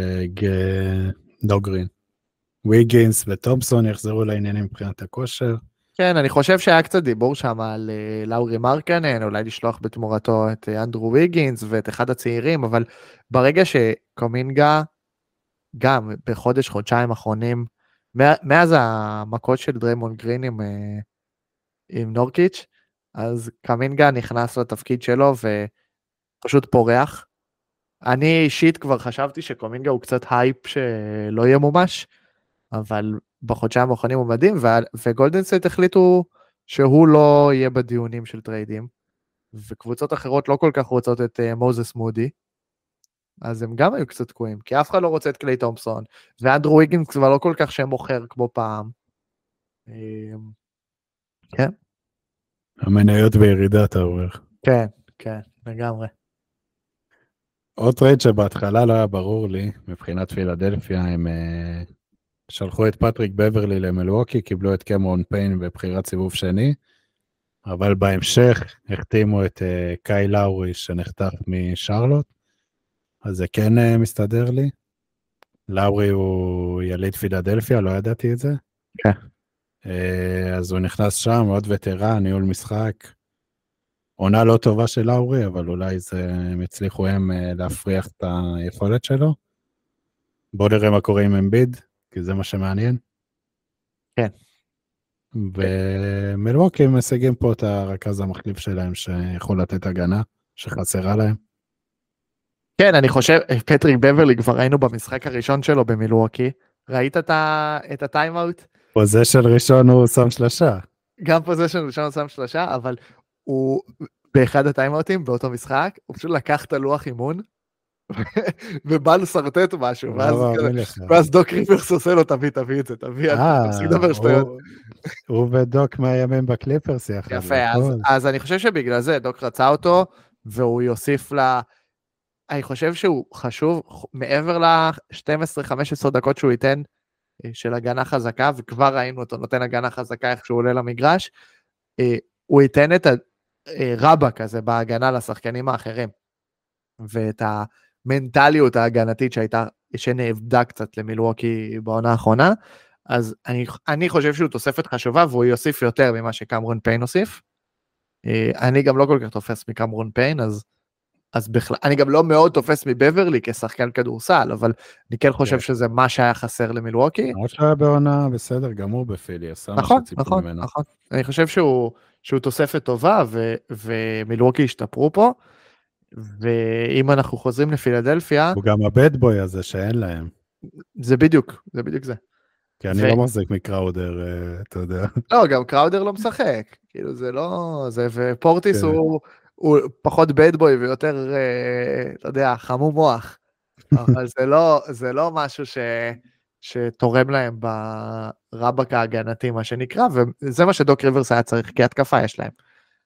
ושדו גרין. ויגינס וטומפסון יחזרו לעניינים מבחינת הכושר. כן, אני חושב שהיה קצת דיבור שם על לאורי מרקנן, אולי לשלוח בתמורתו את אנדרו ויגינס ואת אחד הצעירים, אבל ברגע שקומינגה, גם בחודש, חודשיים האחרונים, מאז המכות של דריימון גרין עם נורקיץ', אז קומינגה נכנס לתפקיד שלו ופשוט פורח. אני אישית כבר חשבתי שקומינגה הוא קצת הייפ שלא יהיה מומש, אבל בחודשיים האחרונים הוא מדהים, וגולדן סטייט החליטו שהוא לא יהיה בדיונים של טריידים, וקבוצות אחרות לא כל כך רוצות את מוזס מודי, אז הם גם היו קצת תקועים, כי אף אחד לא רוצה את קליי תומפסון, ואנדרו ויגינס כבר לא כל כך שמוכר כמו פעם. כן. המניות בירידה, אתה אומר. כן, כן, לגמרי. עוד טרייד שבהתחלה לא היה ברור לי, מבחינת פילדלפיה, הם שלחו את פטריק בברלי למילווקי, קיבלו את קמרון פיין בבחירת סיבוב שני, אבל בהמשך החתימו את קאי לאורי שנחתך משרלוט, אז זה כן מסתדר לי. לאורי הוא יליד פילדלפיה, לא ידעתי את זה. כן. אז הוא נכנס שם, מאוד וטרן, ניהול משחק. עונה לא טובה של לאורי, אבל אולי הם הצליחו להפריח את היכולת שלו. בואו נראה מה קורה עם אמביד, כי זה מה שמעניין. כן. ומילווקי הם משיגים פה את הרכז המחליף שלהם, שיכול לתת הגנה, שחסרה להם. כן, אני חושב, פטריק בברלי כבר ראינו במשחק הראשון שלו במילווקי, ראית את הטיימאוט? פוזיישן ראשון הוא שם שלושה. גם פוזיישן ראשון הוא שם שלושה, אבל הוא באחד הטיימאוטים באותו משחק, הוא פשוט לקח את הלוח אימון, ובא לסרטט משהו, ואז דוק ריברס עושה לו, תביא את זה, תפסיק לדבר שטויות. הוא ודוק מהימים בקליפרס יחד. יפה, אז אני חושב שבגלל זה דוק רצה אותו, והוא יוסיף לה, אני חושב שהוא חשוב, מעבר ל-12-15 דקות שהוא ייתן, של הגנה חזקה, וכבר ראינו אותו נותן הגנה חזקה איך שהוא עולה למגרש, הוא ייתן את הרבק הזה בהגנה לשחקנים האחרים, ואת המנטליות ההגנתית שנאבדה קצת למילווקי בעונה האחרונה, אז אני חושב שהוא תוספת חשובה, והוא יוסיף יותר ממה שקמרון פיין הוסיף. אני גם לא כל כך תופס מקמרון פיין, אז בכלל, אני גם לא מאוד תופס מבברלי כשחקן כדורסל, אבל אני כן חושב שזה מה שהיה חסר למילווקי. עוד שהיה בעונה בסדר גמור בפילי, נכון. אני חושב שהוא תוספת טובה, ומילווקי השתפרו פה, ואם אנחנו חוזרים לפילדלפיה... הוא גם הבד בוי הזה שאין להם. זה בדיוק זה. כי אני לא מחזיק מקראודר, אתה יודע. לא, גם קראודר לא משחק, כאילו זה לא... ופורטיס הוא פחות בד בוי ויותר, אתה יודע, חמום מוח, אבל זה לא משהו שתורם להם ברבק ההגנתי, מה שנקרא, וזה מה שדוק ריברס היה צריך, כי התקפה יש להם.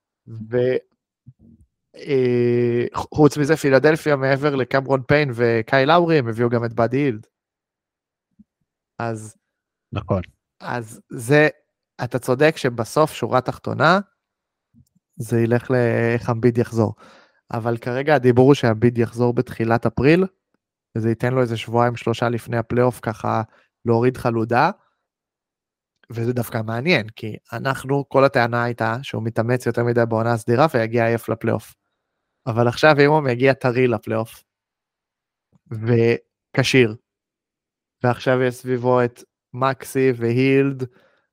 וחוץ מזה, פילדלפיה מעבר לקמרון פיין וקאי לאורי, הם הביאו גם את בד הילד. אז... נכון. אז זה, אתה צודק שבסוף שורה תחתונה, זה ילך לאיך אמביד יחזור. אבל כרגע הדיבור הוא שאמביד יחזור בתחילת אפריל, וזה ייתן לו איזה 2-3 לפני הפלייאוף, ככה להוריד חלודה, וזה דווקא מעניין, כי כל הטענה הייתה שהוא מתאמץ יותר מדי בעונה הסדירה, ויגיע עייף לפלייאוף. אבל עכשיו אם הוא מגיע טרי לפלייאוף, וקשיר, ועכשיו יש סביבו את מקסי והילד,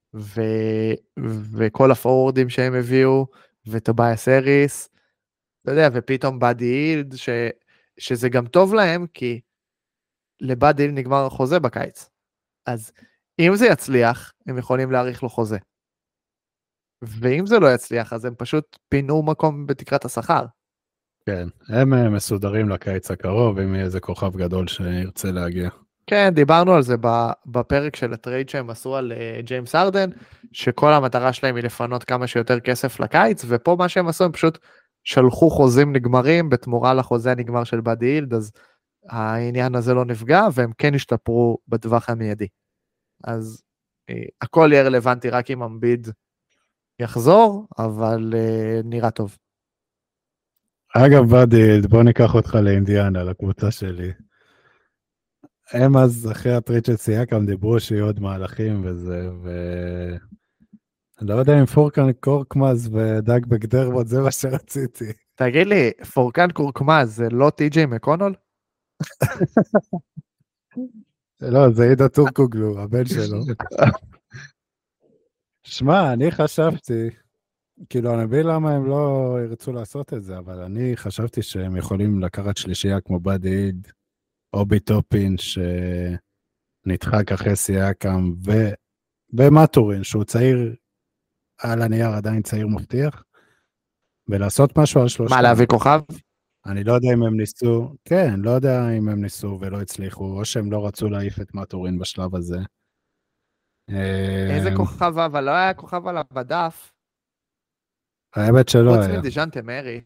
וכל הפורורדים שהם הביאו, וטובייס אריס, אתה יודע, ופתאום בד הילד, שזה גם טוב להם, כי לבד הילד נגמר החוזה בקיץ. אז אם זה יצליח, הם יכולים להאריך לו חוזה. ואם זה לא יצליח, אז הם פשוט פינו מקום בתקרת השכר. כן, הם מסודרים לקיץ הקרוב, אם יהיה איזה כוכב גדול שירצה להגיע. כן, דיברנו על זה בפרק של הטרייד שהם עשו על ג'יימס ארדן, שכל המטרה שלהם היא לפנות כמה שיותר כסף לקיץ, ופה מה שהם עשו, הם פשוט שלחו חוזים נגמרים, בתמורה לחוזה הנגמר של באדי הילד, אז העניין הזה לא נפגע, והם כן השתפרו בטווח המיידי. אז הכל יהיה רלוונטי רק אם אמביד יחזור, אבל נראה טוב. אגב, באדי, בוא ניקח אותך לאינדיאנה, לקבוצה שלי. הם אז אחרי הטריד של סייקם דיברו שיהיו עוד מהלכים וזה, לא יודע אם פורקן קורקמאז ודאג בגדרמוט, זה מה שרציתי. תגיד לי, פורקן קורקמאז זה לא טי.ג'יי מקונול? לא, זה עידה טורקוגלו, הבן שלו. שמע, אני חשבתי, כאילו, אני מבין למה הם לא ירצו לעשות את זה, אבל אני חשבתי שהם יכולים לקחת שלישייה כמו באדי הילד, אובי טופין, שנדחק אחרי סייקם, ומטורין, שהוא צעיר, על הנייר עדיין צעיר מבטיח, ולעשות משהו על שלושה. מה, להביא כוכב? אני לא יודע אם הם ניסו, כן, לא יודע אם הם ניסו ולא הצליחו, או שהם לא רצו להעיף את מטורין בשלב הזה. איזה כוכב, אבל לא היה כוכב עליו בדף. האמת שלא היה. חוץ מדז'אנטה מרי,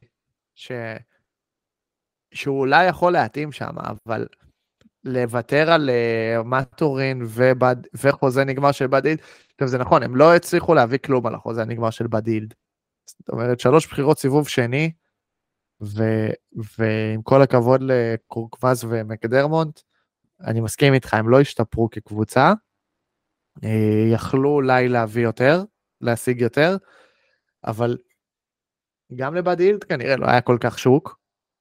שהוא אולי יכול להתאים שם, אבל לוותר על מטורין וחוזה נגמר של באדי הילד, טוב, זה נכון, הם לא הצליחו להביא כלום על החוזה הנגמר של באדי הילד. זאת אומרת, 3 בחירות סיבוב שני, ועם כל הכבוד לקורקמאז ומקדרמונט, אני מסכים איתך, הם לא השתפרו כקבוצה, יכלו אולי להביא יותר, להשיג יותר, אבל גם לבאדי הילד כנראה לא היה כל כך שוק,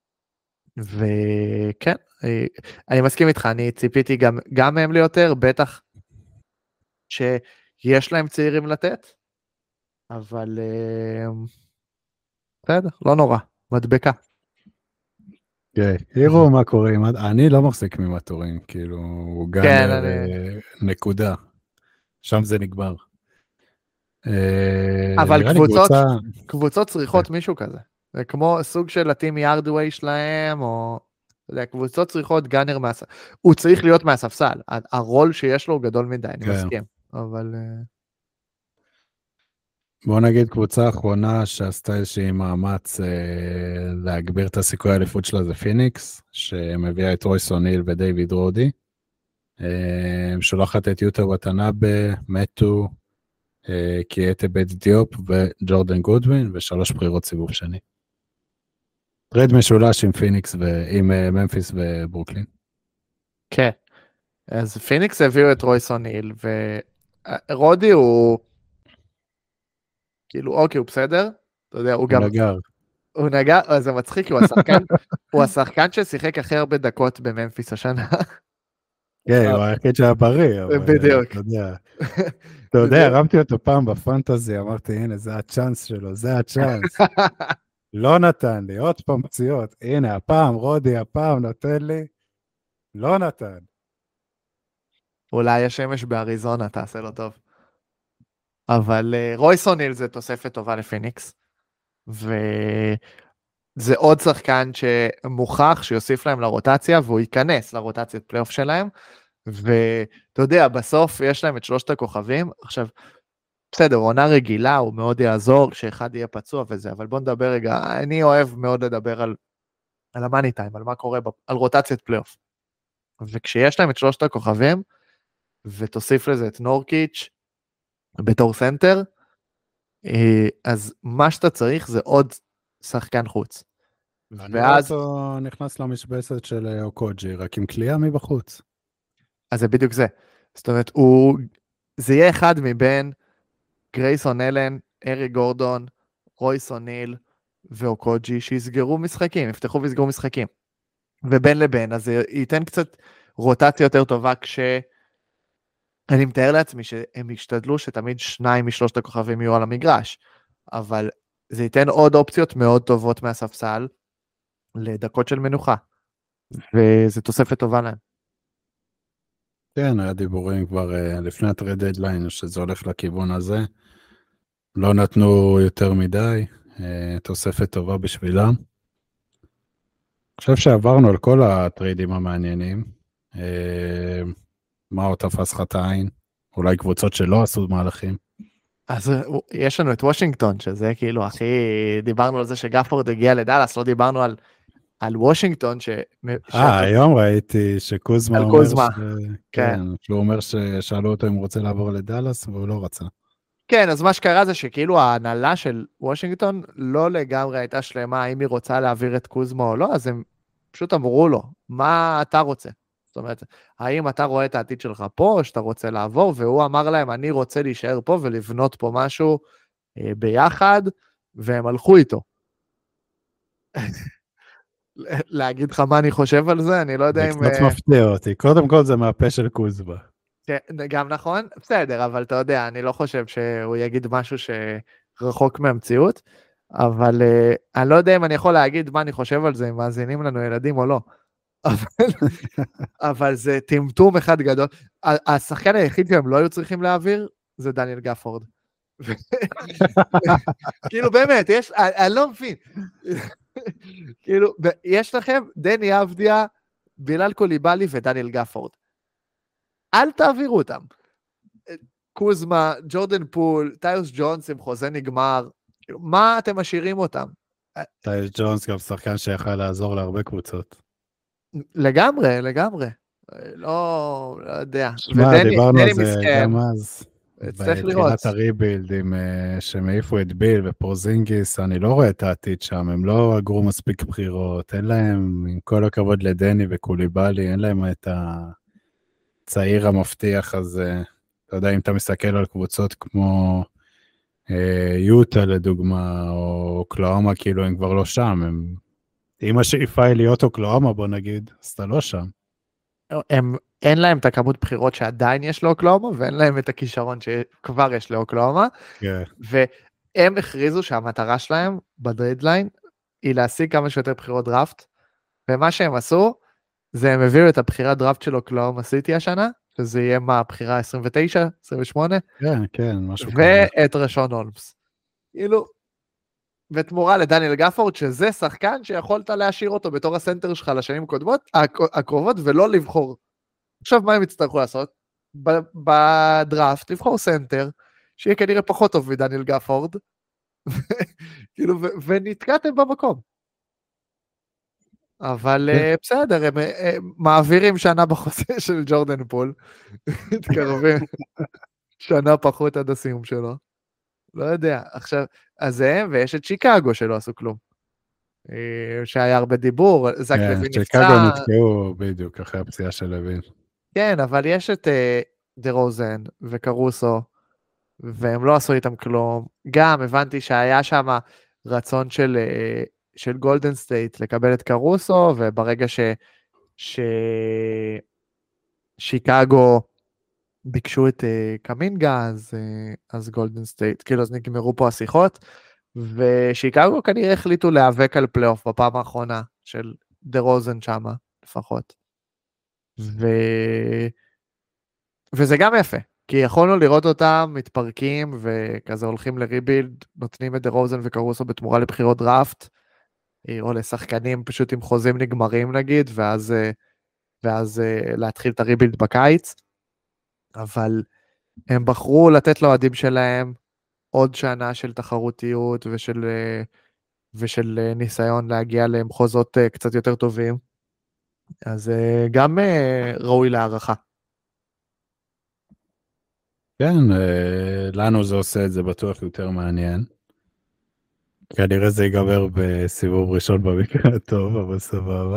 וכן, אני מסכים איתך, אני ציפיתי גם מהם ליותר, בטח שיש להם צעירים לתת, אבל בסדר, לא נורא, מדבקה. כן, יראו מה קורה, אני לא מחזיק ממטורין, כאילו, הוא גם נקודה, שם זה נגמר. אבל קבוצות צריכות מישהו כזה, זה כמו סוג של הטים יארדווי שלהם, או קבוצות צריכות גאנר מהספסל, הוא צריך להיות מהספסל, הרול שיש לו הוא גדול מדי, אני מסכים, אבל... בוא נגיד קבוצה האחרונה שעשתה איזושהי מאמץ להגביר את הסיכוי האליפות שלה זה פיניקס, שמביאה את רויס אוניל ודייוויד רודי, שולחת את יוטה וטנאבה, מטו, קייטה בית דיופ וג'ורדן גודווין, ו3 בחירות סיבוב שני. טרייד משולש עם פיניקס ועם ממפיס וברוקלין. כן, אז פיניקס הביאו את רויס אוניל, ורודי הוא... כאילו, אוקיי, הוא בסדר, אתה יודע, הוא גם... הוא נגר, זה מצחיק, הוא השחקן ששיחק הכי הרבה דקות בממפיס השנה. כן, הוא היחיד שהיה בריא. בדיוק. אתה יודע, הרמתי אותו פעם בפנטזי, אמרתי, הנה, זה הצ'אנס שלו, זה הצ'אנס. לא נתן לי, עוד פעם פציעות, הנה, הפעם, רודי, הפעם נותן לי, לא נתן. אולי השמש באריזונה תעשה לו טוב. אבל רויס אוניל זה תוספת טובה לפיניקס, וזה עוד שחקן שמוכח שיוסיף להם לרוטציה, והוא ייכנס לרוטציית פלייאוף שלהם, ואתה יודע, בסוף יש להם את 3 הכוכבים, עכשיו, בסדר, עונה רגילה, הוא מאוד יעזור כשאחד יהיה פצוע וזה, אבל בוא נדבר רגע, אני אוהב מאוד לדבר על המאני טיים, על מה קורה, על רוטציית פלייאוף, וכשיש להם את 3 הכוכבים, ותוסיף לזה את נורקיץ', בתור סנטר, אז מה שאתה צריך זה עוד שחקן חוץ. ואז הוא נכנס למשבצת של אוקוג'י, רק עם קליעה מבחוץ. אז זה בדיוק זה. זאת אומרת, זה יהיה אחד מבין גרייסון אלן, ארי גורדון, רויס אוניל ואוקוג'י, שיסגרו משחקים, יפתחו ויסגרו משחקים. ובין לבין, אז זה ייתן קצת רוטציה יותר טובה אני מתאר לעצמי שהם ישתדלו שתמיד 2 מ3 הכוכבים יהיו על המגרש, אבל זה ייתן עוד אופציות מאוד טובות מהספסל לדקות של מנוחה, וזה תוספת טובה להם. כן, היה דיבורים כבר לפני הטרייד דדליין, שזה הולך לכיוון הזה, לא נתנו יותר מדי, תוספת טובה בשבילם. אני חושב שעברנו על כל הטריידים המעניינים, מה עוד תפס לך את העין? אולי קבוצות שלא עשו מהלכים. אז יש לנו את וושינגטון, שזה כאילו הכי, דיברנו על זה שגפורד הגיע לדלס, לא דיברנו על וושינגטון, היום ראיתי שקוזמה על אומר, קוזמה, כן, שהוא אומר ששאלו אותו אם הוא רוצה לעבור לדלס, והוא לא רצה. כן, אז מה שקרה זה שכאילו ההנהלה של וושינגטון לא לגמרי הייתה שלמה, האם היא רוצה להעביר את קוזמה או לא, אז הם פשוט אמרו לו, מה אתה רוצה? זאת אומרת, האם אתה רואה את העתיד שלך פה, או שאתה רוצה לעבור? והוא אמר להם, אני רוצה להישאר פה ולבנות פה משהו ביחד, והם הלכו איתו. להגיד לך מה אני חושב על זה, אני לא יודע אם... זה קצת מפתיע אותי, קודם כל זה מהפה של קוזמה. גם נכון, בסדר, אבל אתה יודע, אני לא חושב שהוא יגיד משהו שרחוק מהמציאות, אבל אני לא יודע אם אני יכול להגיד מה אני חושב על זה, אם מאזינים לנו ילדים או לא. אבל זה טמטום אחד גדול. השחקן היחיד שהם לא היו צריכים להעביר, זה דניאל גפורד. כאילו באמת, אני לא מבין. כאילו, יש לכם דני אבדיה, בילאל קוליבאלי ודניאל גפורד. אל תעבירו אותם. קוזמה, ג'ורדן פול, טיוס ג'ונס עם חוזה נגמר, מה אתם משאירים אותם? טיוס ג'ונס גם שחקן שיכל לעזור להרבה קבוצות. לגמרי, לגמרי. לא יודע. שמע, דיברנו על זה גם אז. צריך לראות. בתחילת הריבילד, שהם העיפו את ביל ופרוזינגיס, אני לא רואה את העתיד שם, הם לא אגרו מספיק בחירות, אין להם, עם כל הכבוד לדני וקוליבאלי, אין להם את הצעיר המבטיח הזה. אתה יודע, אם אתה מסתכל על קבוצות כמו יוטה לדוגמה, או אוקלאומה, כאילו הם כבר לא שם, אם השאיפה היא להיות אוקלאומה, בוא נגיד, אז אתה לא שם. אין להם את הכמות בחירות שעדיין יש לאוקלאומה, ואין להם את הכישרון שכבר יש לאוקלאומה, והם הכריזו שהמטרה שלהם בדדליין היא להשיג כמה שיותר בחירות דראפט, ומה שהם עשו, זה הם הביאו את הבחירת דראפט של אוקלאומה סיטי השנה, שזה יהיה מה, הבחירה 29, 28? כן, כן, משהו כזה. ואת רשון הולמס. כאילו, ותמורה לדניאל גפורד, שזה שחקן שיכולת להשאיר אותו בתור הסנטר שלך לשנים הקרובות, ולא לבחור. עכשיו, מה הם יצטרכו לעשות? בדראפט, לבחור סנטר, שיהיה כנראה פחות טוב מדניאל גפורד, כאילו, ונתקעתם במקום. אבל בסדר, הם מעבירים שנה בחוזה של ג'ורדן פול, התקרבים שנה פחות עד הסיום שלו. לא יודע, עכשיו, אז הם, ויש את שיקגו שלא עשו כלום. שהיה הרבה דיבור, זק לוין נפצע. שיקגו נתקעו בדיוק אחרי הפציעה של לוין. כן, אבל יש את דה רוזן וקרוסו, והם לא עשו איתם כלום. גם הבנתי שהיה שם רצון של גולדן סטייט לקבל את קרוסו, וברגע שיקגו ביקשו את קמינגה, אז גולדן סטייט, כאילו אז נגמרו פה השיחות, ושיקגו כנראה החליטו להיאבק על פלייאוף בפעם האחרונה של דה רוזן שמה, לפחות. וזה גם יפה, כי יכולנו לראות אותם מתפרקים, וכזה הולכים לריבילד, נותנים את דה רוזן וקרוסו בתמורה לבחירות דראפט, או לשחקנים פשוט עם חוזים נגמרים נגיד, ואז להתחיל את הריבילד בקיץ, אבל הם בחרו לתת לאוהדים שלהם עוד שנה של תחרותיות ושל ניסיון להגיע למחוזות קצת יותר טובים, אז גם ראוי להערכה. כן, לנו זה עושה את זה בטוח יותר מעניין. כנראה זה ייגמר בסיבוב ראשון במקרה הטוב, אבל סבבה.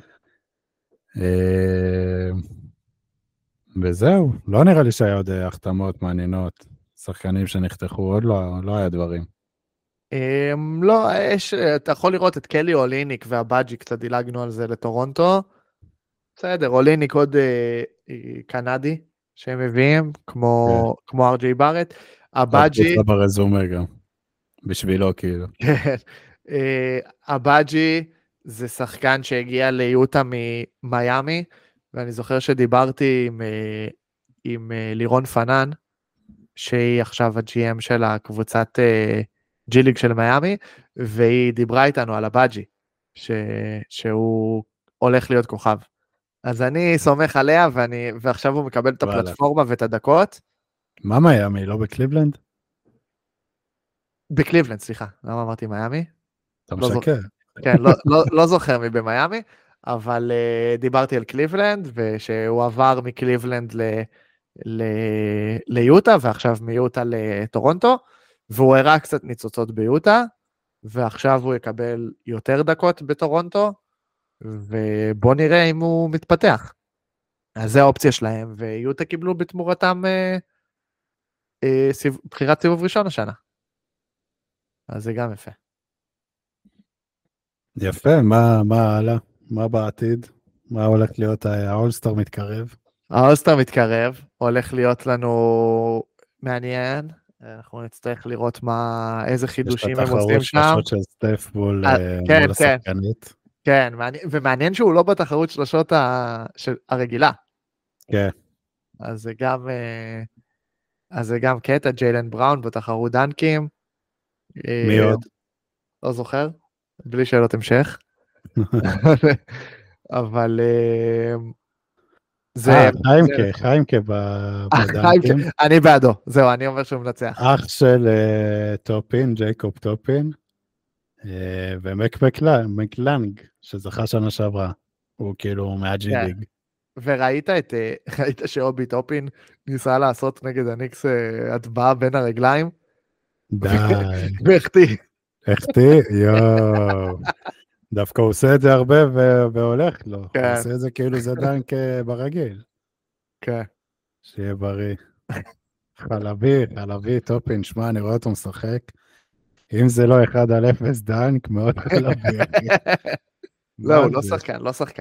וזהו, לא נראה לי שהיה עוד החתמות מעניינות, שחקנים שנחתכו, עוד לא היה דברים. לא, אתה יכול לראות את קלי אוליניק והבאג'י, קצת דילגנו על זה לטורונטו, בסדר, אוליניק עוד קנדי שהם מביאים, כמו ארג'יי בארט, הבאג'י... עוד ברזומה גם, בשבילו כאילו. כן, הבאג'י זה שחקן שהגיע ליוטה ממיימי, ואני זוכר שדיברתי עם לירון פנן, שהיא עכשיו ה-GM של הקבוצת ג'יליג של מיימי, והיא דיברה איתנו על הבאג'י, שהוא הולך להיות כוכב. אז אני סומך עליה, ועכשיו הוא מקבל את הפלטפורמה ואת הדקות. מה מיאמי? לא בקליבלנד? בקליבלנד, סליחה. למה אמרתי מיאמי? אתה משקר. כן, לא זוכר מי במיאמי, אבל דיברתי על קליבלנד, ושהוא עבר מקליבלנד ליוטה, ועכשיו מיוטה לטורונטו, והוא הראה קצת ניצוצות ביוטה, ועכשיו הוא יקבל יותר דקות בטורונטו, ובוא נראה אם הוא מתפתח. אז זה האופציה שלהם, ויוטה קיבלו בתמורתם בחירת סיבוב ראשון השנה. אז זה גם יפה. יפה, מה הלאה? מה בעתיד? מה הולך להיות? האולסטאר מתקרב? האולסטאר מתקרב, הולך להיות לנו מעניין, אנחנו נצטרך לראות איזה חידושים הם עושים שם. יש את התחרות שלשות של סטף מול השחקנית. כן, ומעניין שהוא לא בתחרות שלשות הרגילה. כן. אז זה גם קטע, ג'יילן בראון בתחרות דנקים. מי עוד? לא זוכר, בלי שאלות המשך. אבל זה... חיימקה בדנקים. אני בעדו, זהו, אני אומר שהוא מנצח. אח של טופין, ג'ייקוב טופין, ומקלנג, שזכה שנה שעברה. הוא כאילו מהג'י ליג. וראית שאובי טופין ניסה לעשות נגד הניקס הטבעה בין הרגליים? די. והחטיא. החטיא? יואו. דווקא הוא עושה את זה הרבה והולך לו. הוא עושה את זה כאילו זה דנק ברגיל. כן. שיהיה בריא. חלבי, טופין, שמע, אני רואה אותו משחק. אם זה לא 1-0 דנק, מאוד חלבי. לא, הוא לא שחקן.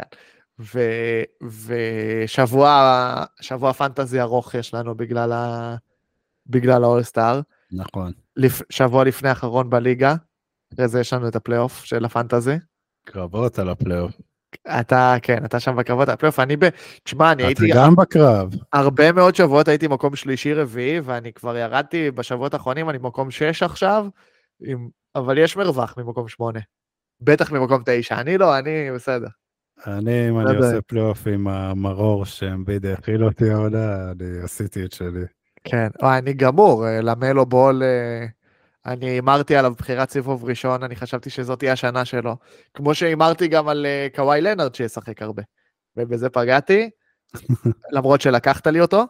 ושבוע פנטזי ארוך יש לנו בגלל האולסטאר. נכון. שבוע לפני האחרון בליגה, אחרי זה יש לנו את הפלייאוף של הפנטזי. קרבות על הפלייאוף. אתה שם בקרבות על הפלייאוף, תשמע, אני הייתי... אתה גם בקרב. הרבה מאוד שבועות הייתי מקום שלישי רביעי, ואני כבר ירדתי בשבועות האחרונים, אני מקום 6 עכשיו, אבל יש מרווח ממקום 8. בטח ממקום 9, אני בסדר. אם אני עושה פלייאוף עם המרור שאמביד הכיל אותי העונה, אני עשיתי את שלי. כן, אני גמור, למלו בול, אני אמרתי עליו בחירת סיבוב ראשון, אני חשבתי שזאת תהיה השנה שלו, כמו שאמרתי גם על קוואי לנארד שישחק הרבה, ובזה פגעתי, למרות שלקחת לי אותו,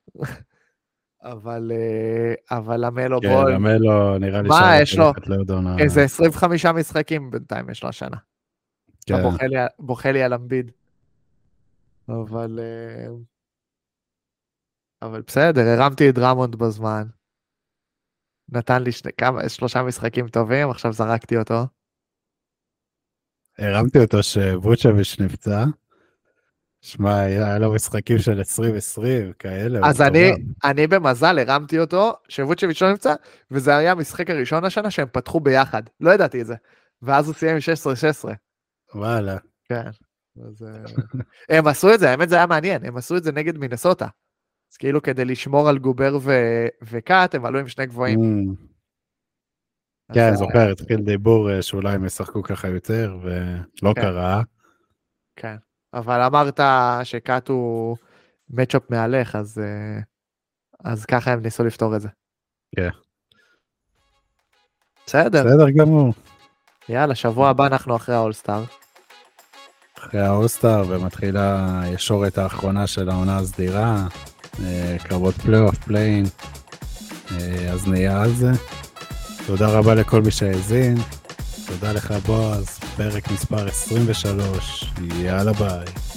אבל למלו בול, כן, למלו נראה לי מה יש לו? איזה 25 משחקים בינתיים יש לו השנה. אתה בוכה לי על אמביד. אבל בסדר, הרמתי את דרמונד בזמן. נתן לי 3 משחקים טובים, עכשיו זרקתי אותו. הרמתי אותו שווצ'ביץ' נפצע. שמע, היה לו משחקים של 2020 כאלה. אז אני במזל הרמתי אותו, שווצ'ביץ' לא נפצע, וזה היה המשחק הראשון השנה שהם פתחו ביחד. לא ידעתי את זה. ואז הוא סיים עם 16-16. וואלה. כן. הם עשו את זה, האמת זה היה מעניין, הם עשו את זה נגד מינסוטה. אז כאילו כדי לשמור על גובר וקאט, הם עלו עם 2 גבוהים. כן, זוכר, התחיל דיבור שאולי הם ישחקו ככה יותר, ולא קרה. כן, אבל אמרת שקאט הוא מצ'אפ מהלך, אז ככה הם ניסו לפתור את זה. כן. בסדר גמור. יאללה, שבוע הבא אנחנו אחרי האולסטאר. אחרי האולסטאר, ומתחילה ישורת האחרונה של העונה הסדירה, קרבות פלייאוף, פליין, אז נהיה על זה. תודה רבה לכל מי שהאזין, תודה לך בועז, פרק מספר 23, יאללה ביי.